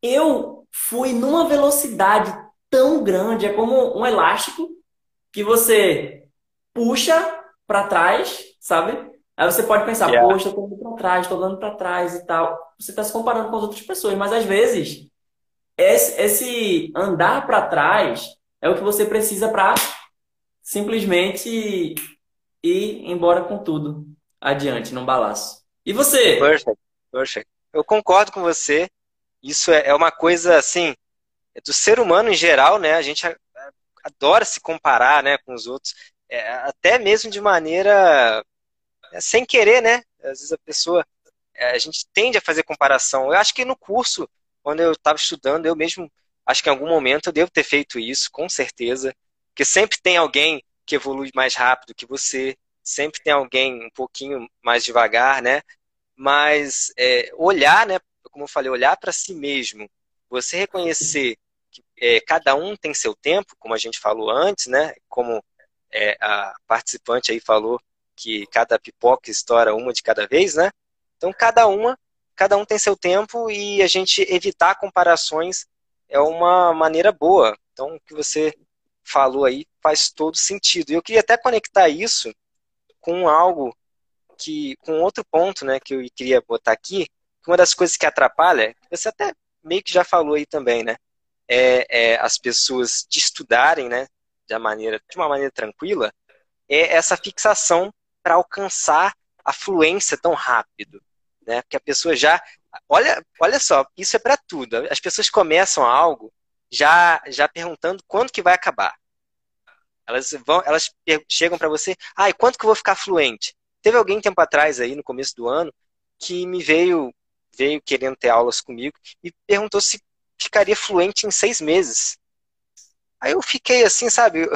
Eu fui numa velocidade tão grande, é como um elástico que você puxa para trás, sabe? Aí você pode pensar, Yeah. poxa, eu tô indo para trás, tô dando para trás e tal. Você está se comparando com as outras pessoas, mas às vezes esse, esse andar para trás é o que você precisa para simplesmente e embora com tudo adiante, num balaço. E você? Perfect. Perfect. Eu concordo com você. Isso é, é uma coisa assim, é do ser humano em geral, né? A gente a- a- adora se comparar, né, com os outros, é, até mesmo de maneira é, sem querer, né? Às vezes a pessoa a gente tende a fazer comparação. Eu acho que no curso, quando eu estava estudando, eu mesmo, acho que em algum momento eu devo ter feito isso, com certeza. Porque sempre tem alguém que evolui mais rápido que você, sempre tem alguém um pouquinho mais devagar, né? Mas é, olhar, né? Como eu falei, olhar para si mesmo, você reconhecer que é, cada um tem seu tempo, como a gente falou antes, né? Como é, a participante aí falou que cada pipoca estoura uma de cada vez, né? Então, cada uma, cada um tem seu tempo e a gente evitar comparações é uma maneira boa. Então, o que você falou aí faz todo sentido. E eu queria até conectar isso com algo que, com outro ponto, né, que eu queria botar aqui, que uma das coisas que atrapalha, você até meio que já falou aí também, né, é, é as pessoas de estudarem, né, de uma maneira, de uma maneira tranquila, é essa fixação para alcançar a fluência tão rápido, né? Porque a pessoa já, olha, olha só, isso é para tudo. As pessoas começam algo já já perguntando quando que vai acabar. Elas vão, elas chegam para você, ah, e quanto que eu vou ficar fluente? Teve alguém tempo atrás aí no começo do ano que me veio veio querendo ter aulas comigo e perguntou se ficaria fluente em seis meses. Aí eu fiquei assim, sabe?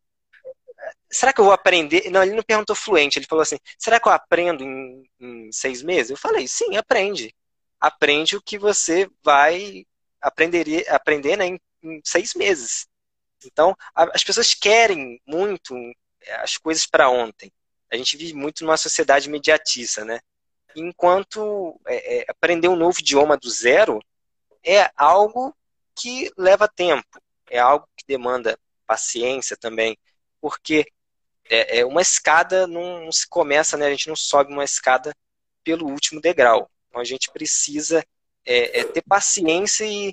Será que eu vou aprender? Não, ele não perguntou fluente, ele falou assim, será que eu aprendo em, em seis meses? Eu falei, sim, aprende. Aprende o que você vai aprender, aprender, né, em, em seis meses. Então, a, as pessoas querem muito as coisas para ontem. A gente vive muito numa sociedade imediatista, né? Enquanto é, é, aprender um novo idioma do zero é algo que leva tempo, é algo que demanda paciência também, porque é, é uma escada não, não se começa, né? A gente não sobe uma escada pelo último degrau. Então a gente precisa é, é, ter paciência e,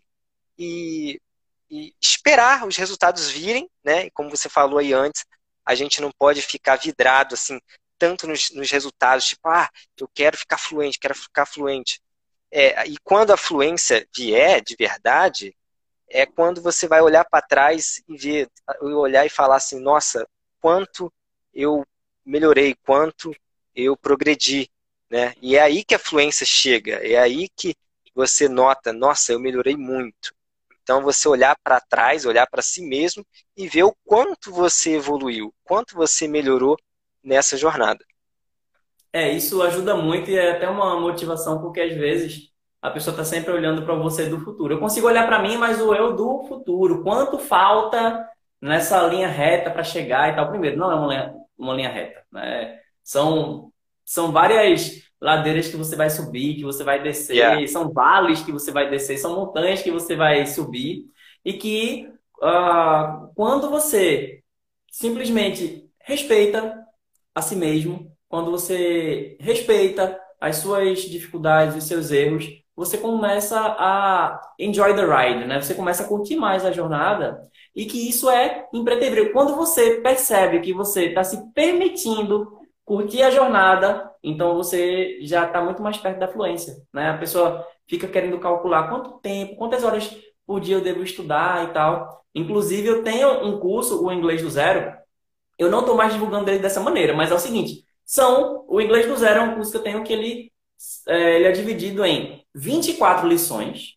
e, e esperar os resultados virem, né? E como você falou aí antes, a gente não pode ficar vidrado assim tanto nos, nos resultados, tipo, ah, eu quero ficar fluente, quero ficar fluente. É, e quando a fluência vier de verdade, é quando você vai olhar para trás e ver, olhar e falar assim, nossa, quanto eu melhorei, quanto eu progredi, né? E é aí que a fluência chega, é aí que você nota, nossa, eu melhorei muito. Então você olhar para trás, olhar para si mesmo e ver o quanto você evoluiu, quanto você melhorou nessa jornada. É, isso ajuda muito e é até uma motivação, porque às vezes a pessoa está sempre olhando para você do futuro. Eu consigo olhar para mim, mas o eu do futuro. Quanto falta nessa linha reta para chegar e tal? Primeiro, não é uma linha, uma linha reta, né? São, são várias ladeiras que você vai subir, que você vai Yeah. descer, são vales que você vai descer, são montanhas que você vai subir e que ah, quando você simplesmente respeita a si mesmo, quando você respeita as suas dificuldades, os seus erros, você começa a enjoy the ride, né? Você começa a curtir mais a jornada e que isso é impreterível. Quando você percebe que você está se permitindo curtir a jornada, então você já está muito mais perto da fluência, né? A pessoa fica querendo calcular quanto tempo, quantas horas por dia eu devo estudar e tal. Inclusive, eu tenho um curso, o Inglês do Zero. Eu não estou mais divulgando ele dessa maneira, mas é o seguinte, são, o Inglês do Zero é um curso que eu tenho que ele é, ele é dividido em vinte e quatro lições.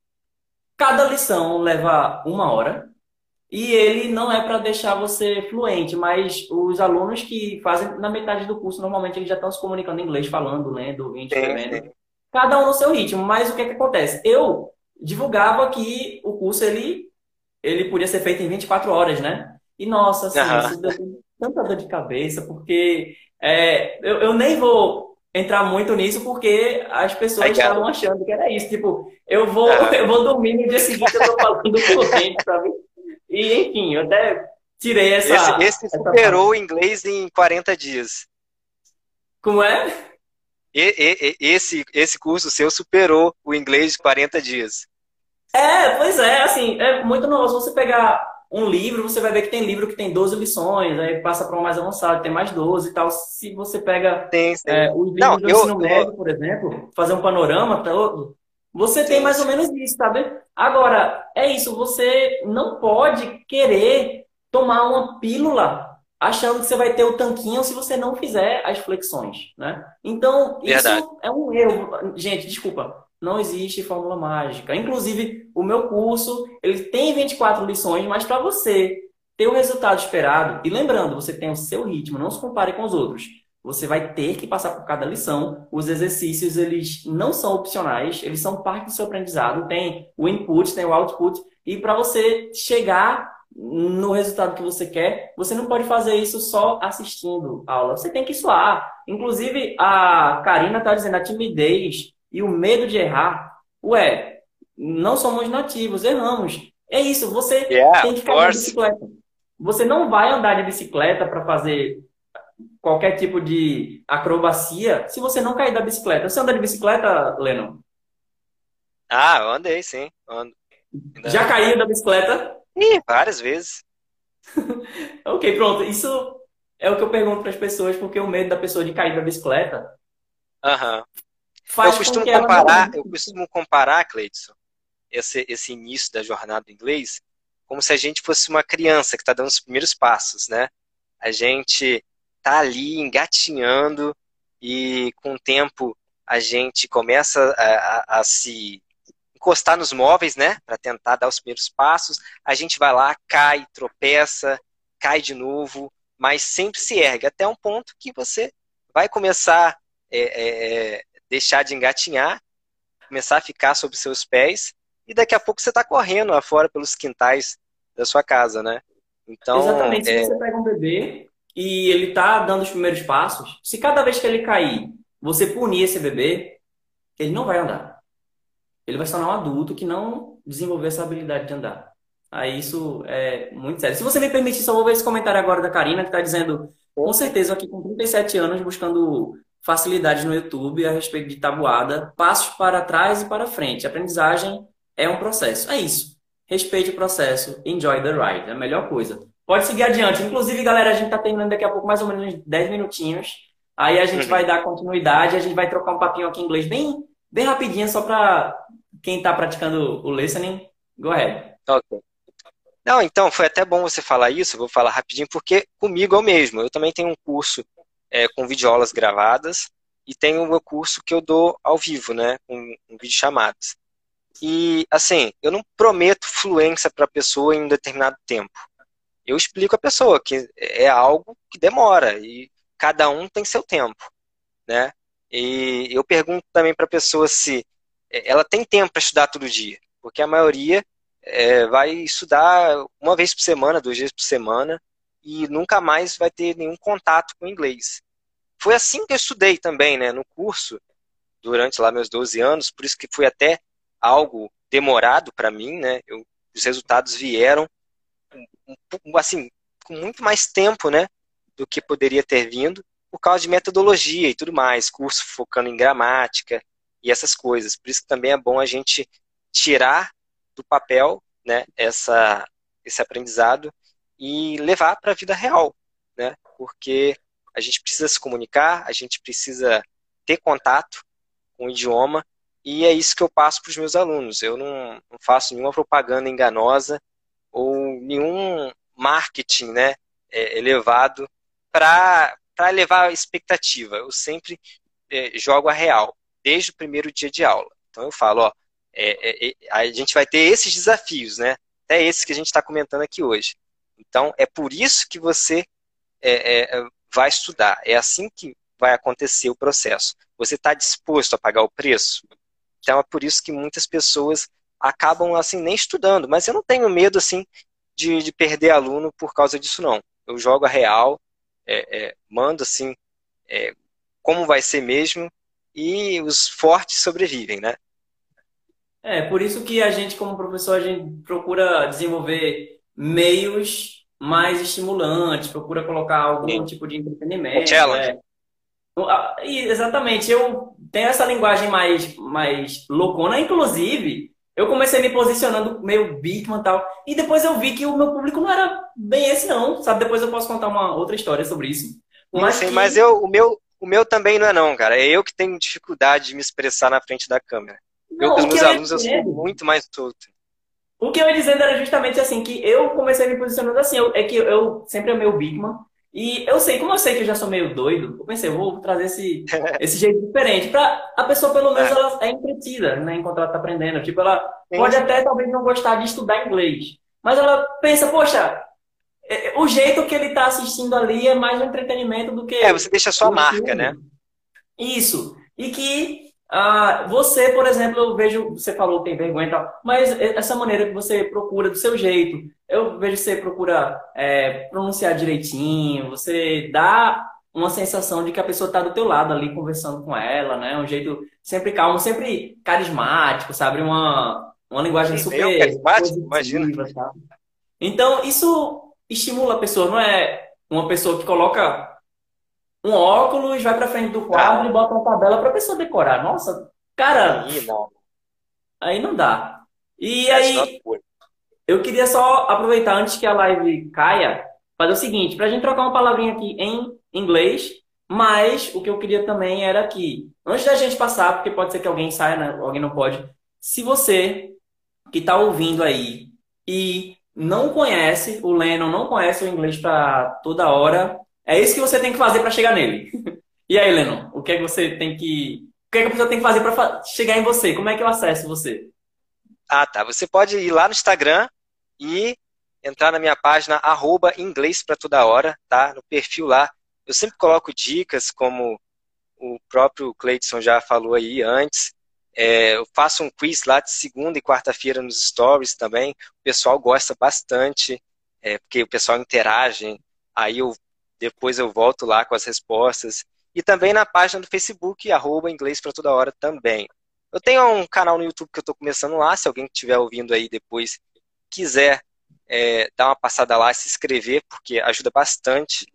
Cada lição leva uma hora. E ele não é para deixar você fluente, mas os alunos que fazem na metade do curso, normalmente eles já estão se comunicando em inglês, falando, lendo, ouvindo, Sim, escrevendo. sim. Cada um no seu ritmo. Mas o que é que acontece? Eu divulgava que o curso ele, ele podia ser feito em vinte e quatro horas, né? E nossa, assim, Aham. isso deu tanta dor de cabeça, porque é, eu, eu nem vou entrar muito nisso, porque as I pessoas got estavam it. achando que era isso. Tipo, eu vou, Aham. eu vou dormir no dia seguinte, eu tô falando fluente pra mim. E, enfim, eu até tirei Esse, essa, esse essa parte. superou o inglês em quarenta dias. Como é? E- e- e- esse, esse curso seu superou o inglês de quarenta dias. É, pois é, assim, é muito novo. Se você pegar um livro, você vai ver que tem livro que tem doze lições, aí passa para um mais avançado, tem mais doze e tal. Se você pega Sim, sim. é, os Não, livros do eu, ensino eu- médio, por exemplo, fazer um panorama todo, você tem sim, mais ou sim. menos isso, sabe? Agora, é isso, você não pode querer tomar uma pílula achando que você vai ter o tanquinho se você não fizer as flexões, né? Então, Verdade. isso é um erro. Gente, desculpa, não existe fórmula mágica. Inclusive, o meu curso, ele tem vinte e quatro lições, mas para você ter o resultado esperado, e lembrando, você tem o seu ritmo, não se compare com os outros. Você vai ter que passar por cada lição. Os exercícios, eles não são opcionais, eles são parte do seu aprendizado. Tem o input, tem o output. E para você chegar no resultado que você quer, você não pode fazer isso só assistindo a aula. Você tem que suar. Inclusive, a Karina está dizendo a timidez e o medo de errar. Ué, não somos nativos, erramos. É isso, você Yeah, tem of que cair da course. bicicleta. Você não vai andar de bicicleta para fazer qualquer tipo de acrobacia se você não cair da bicicleta. Você anda de bicicleta, Lennon? Ah, eu andei, sim. Ando. Já Ainda... caiu da bicicleta? Ih, várias vezes. Ok, pronto. Isso é o que eu pergunto para as pessoas, porque o medo da pessoa de cair da bicicleta Aham. Eu faz com costumo que ela não comparar, eu ande. costumo comparar, Cleidson, esse, esse início da jornada do inglês como se a gente fosse uma criança que está dando os primeiros passos, né? A gente tá ali engatinhando e com o tempo a gente começa a, a, a se encostar nos móveis, né? Para tentar dar os primeiros passos. A gente vai lá, cai, tropeça, cai de novo, mas sempre se ergue até um ponto que você vai começar é, é, é, deixar de engatinhar, começar a ficar sobre seus pés e daqui a pouco você está correndo lá fora pelos quintais da sua casa, né? Então, Exatamente. Se é, você pega um bebê e ele tá dando os primeiros passos, se cada vez que ele cair, você punir esse bebê, ele não vai andar. Ele vai se tornar um adulto que não desenvolveu essa habilidade de andar. Aí isso é muito sério. Se você me permitir, só vou ver esse comentário agora da Karina, que está dizendo, com certeza, eu aqui com trinta e sete anos, buscando facilidades no YouTube a respeito de tabuada, passos para trás e para frente. Aprendizagem é um processo. É isso. Respeite o processo, enjoy the ride. É a melhor coisa. Pode seguir adiante. Inclusive, galera, a gente está terminando daqui a pouco mais ou menos uns dez minutinhos. Aí a gente vai uhum, dar continuidade, a gente vai trocar um papinho aqui em inglês bem, bem rapidinho, só para quem está praticando o listening. Go ahead. ok. Não, então, foi até bom você falar isso, eu vou falar rapidinho, porque comigo é o mesmo. Eu também tenho um curso é, com videoaulas gravadas e tenho o meu curso que eu dou ao vivo, né, com, com videochamadas. E, assim, eu não prometo fluência para a pessoa em um determinado tempo. Eu explico à pessoa que é algo que demora e cada um tem seu tempo, né? E eu pergunto também para a pessoa se é, ela tem tempo para estudar todo dia, porque a maioria é, vai estudar uma vez por semana, duas vezes por semana e nunca mais vai ter nenhum contato com o inglês. Foi assim que eu estudei também, né, no curso, durante lá meus doze anos, por isso que foi até algo demorado para mim, né? Eu, os resultados vieram um, um, assim, com muito mais tempo, né, do que poderia ter vindo, por causa de metodologia e tudo mais, curso focando em gramática e essas coisas. Por isso que também é bom a gente tirar do papel, né, essa, esse aprendizado e levar para a vida real, né? Porque a gente precisa se comunicar, a gente precisa ter contato com o idioma e é isso que eu passo para os meus alunos. Eu não, não faço nenhuma propaganda enganosa ou nenhum marketing, né, é, elevado para para levar a expectativa. Eu sempre é, jogo a real, desde o primeiro dia de aula. Então eu falo, ó, é, é, a gente vai ter esses desafios, né? Até esses que a gente está comentando aqui hoje. Então é por isso que você é, é, vai estudar. É assim que vai acontecer o processo. Você está disposto a pagar o preço? Então é por isso que muitas pessoas acabam assim nem estudando. Mas eu não tenho medo assim de, de perder aluno por causa disso não. Eu jogo a real, é, é, mando assim é, como vai ser mesmo e os fortes sobrevivem, né? É, por isso que a gente, como professor, a gente procura desenvolver meios mais estimulantes, procura colocar algum Sim. tipo de É entretenimento. challenge. É. Ah, e, exatamente, eu tenho essa linguagem mais, mais loucona. Inclusive, eu comecei me posicionando meio Bigman e tal, e depois eu vi que o meu público não era bem esse, não, sabe? Depois eu posso contar uma outra história sobre isso. Sim, Mas sim, mas que, eu, o meu, o meu também não é não, cara. É eu que tenho dificuldade de me expressar na frente da câmera. Eu com não, os o que meus eu ia alunos eu sou dizendo. muito mais solto. O que eu ia dizendo era justamente assim, que eu comecei me posicionando assim, eu- é que eu sempre amei o Big Man, E eu sei, como eu sei que eu já sou meio doido, eu pensei, eu vou trazer esse, esse jeito diferente para a pessoa, pelo menos, É, ela é entretida, né, enquanto ela está aprendendo. Tipo, ela sim, pode sim. até talvez não gostar de estudar inglês, mas ela pensa, poxa, é- é- o jeito que ele está assistindo ali é mais um entretenimento do É, você que deixa a sua o marca, né? estudo. Isso. E que ah, você, por exemplo, eu vejo, você falou que tem vergonha e tal, mas essa maneira que você procura do seu jeito, eu vejo que você procura é, pronunciar direitinho, você dá uma sensação de que a pessoa está do teu lado ali conversando com ela, né? Um jeito sempre calmo, sempre carismático, sabe? Uma, uma linguagem Sim, eu, super carismático, imagina. positiva, tá? Então, isso estimula a pessoa, não é uma pessoa que coloca um óculos, vai pra frente do quadro e Não, bota uma tabela pra pessoa decorar. Nossa, cara, aí não. aí não dá. E aí, Desnota. eu queria só aproveitar antes que a live caia, fazer o seguinte, pra gente trocar uma palavrinha aqui em inglês, mas o que eu queria também era que, antes da gente passar, porque pode ser que alguém saia, né? Alguém não pode. Se você que tá ouvindo aí e não conhece o Lennon, não conhece o inglês pra toda hora, é isso que você tem que fazer pra chegar nele. E aí, Lennon, o que é que você tem que. O que é que a pessoa tem que fazer para chegar em você? Como é que eu acesso você? Ah, tá. Você pode ir lá no Instagram e entrar na minha página, arroba inglês para toda hora, tá? No perfil lá. Eu sempre coloco dicas, como o próprio Cleidson já falou aí antes. É, eu faço um quiz lá de segunda e quarta-feira nos stories também. O pessoal gosta bastante, é, porque o pessoal interage. Aí eu depois eu volto lá com as respostas. E também na página do Facebook, arroba inglês para toda hora também. Eu tenho um canal no YouTube que eu estou começando lá. Se alguém que estiver ouvindo aí depois quiser é, dar uma passada lá, se inscrever, porque ajuda bastante.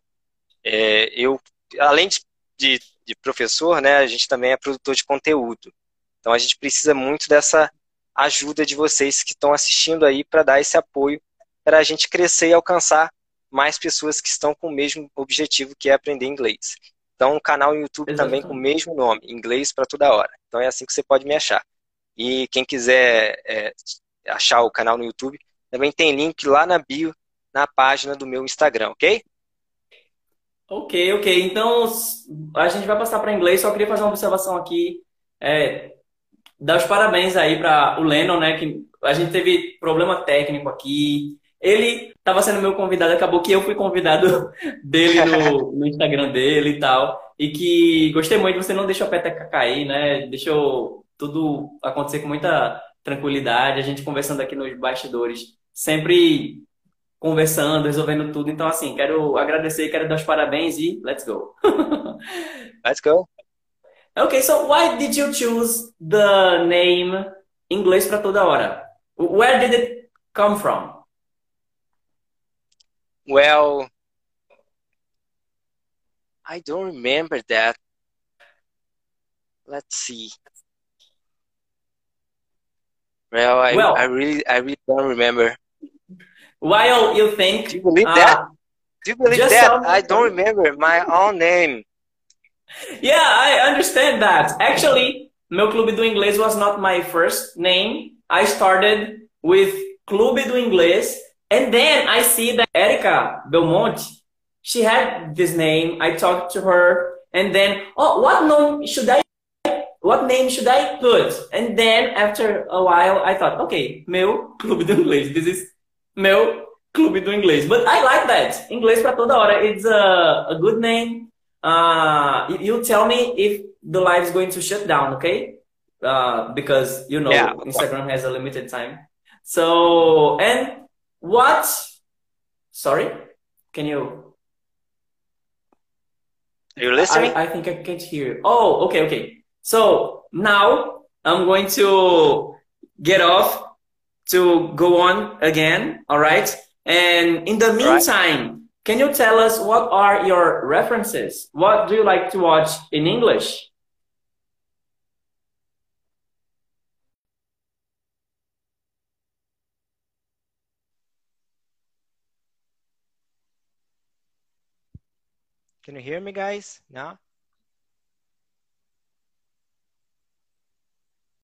É, eu, além de, de, de professor, né, a gente também é produtor de conteúdo. Então a gente precisa muito dessa ajuda de vocês que estão assistindo aí para dar esse apoio para a gente crescer e alcançar mais pessoas que estão com o mesmo objetivo, que é aprender inglês. Então, um canal no YouTube também com o Exatamente. mesmo nome, Inglês para toda hora. Então é assim que você pode me achar. E quem quiser é, achar o canal no YouTube, também tem link lá na bio, na página do meu Instagram, ok? Ok, ok. Então, s- a gente vai passar para inglês. Só queria fazer uma observação aqui. É, dar os parabéns aí para o Lennon, né? Que a gente teve problema técnico aqui. Ele estava sendo meu convidado, acabou que eu fui convidado dele no, no Instagram dele e tal. E que gostei muito, você não deixou a peteca cair, né? Deixou tudo acontecer com muita tranquilidade. A gente conversando aqui nos bastidores, sempre conversando, resolvendo tudo. Então, assim, quero agradecer, quero dar os parabéns e let's go. Let's go. Okay, so why did you choose the name Inglês para toda hora? Where did it come from? Well, I don't remember that. Let's see. Well, I, I Well, really I really don't remember. while you Do think, you believe that? uh, Do you believe just that? tell I me. don't remember my own name. Yeah, I understand that. Actually, meu Clube do Inglês was not my first name. I started with Clube do Inglês, and then I see that Erica Belmonte, she had this name. I talked to her, and then, oh, what name should I what name should I put? And then after a while, I thought, okay, meu clube do inglês. This is meu clube do inglês. But I like that. Inglês para toda hora. It's a, a good name. Uh, you, you tell me if the live is going to shut down, okay? Uh, because you Yeah, know Instagram has a limited time. So and what? Sorry, can you? are you listening? I, I think I can't hear. Oh, okay, okay. So now I'm going to get off to go on again. All right. And in the All right. meantime, can you tell us what are your references? What do you like to watch in English? Can you hear me, guys? Now?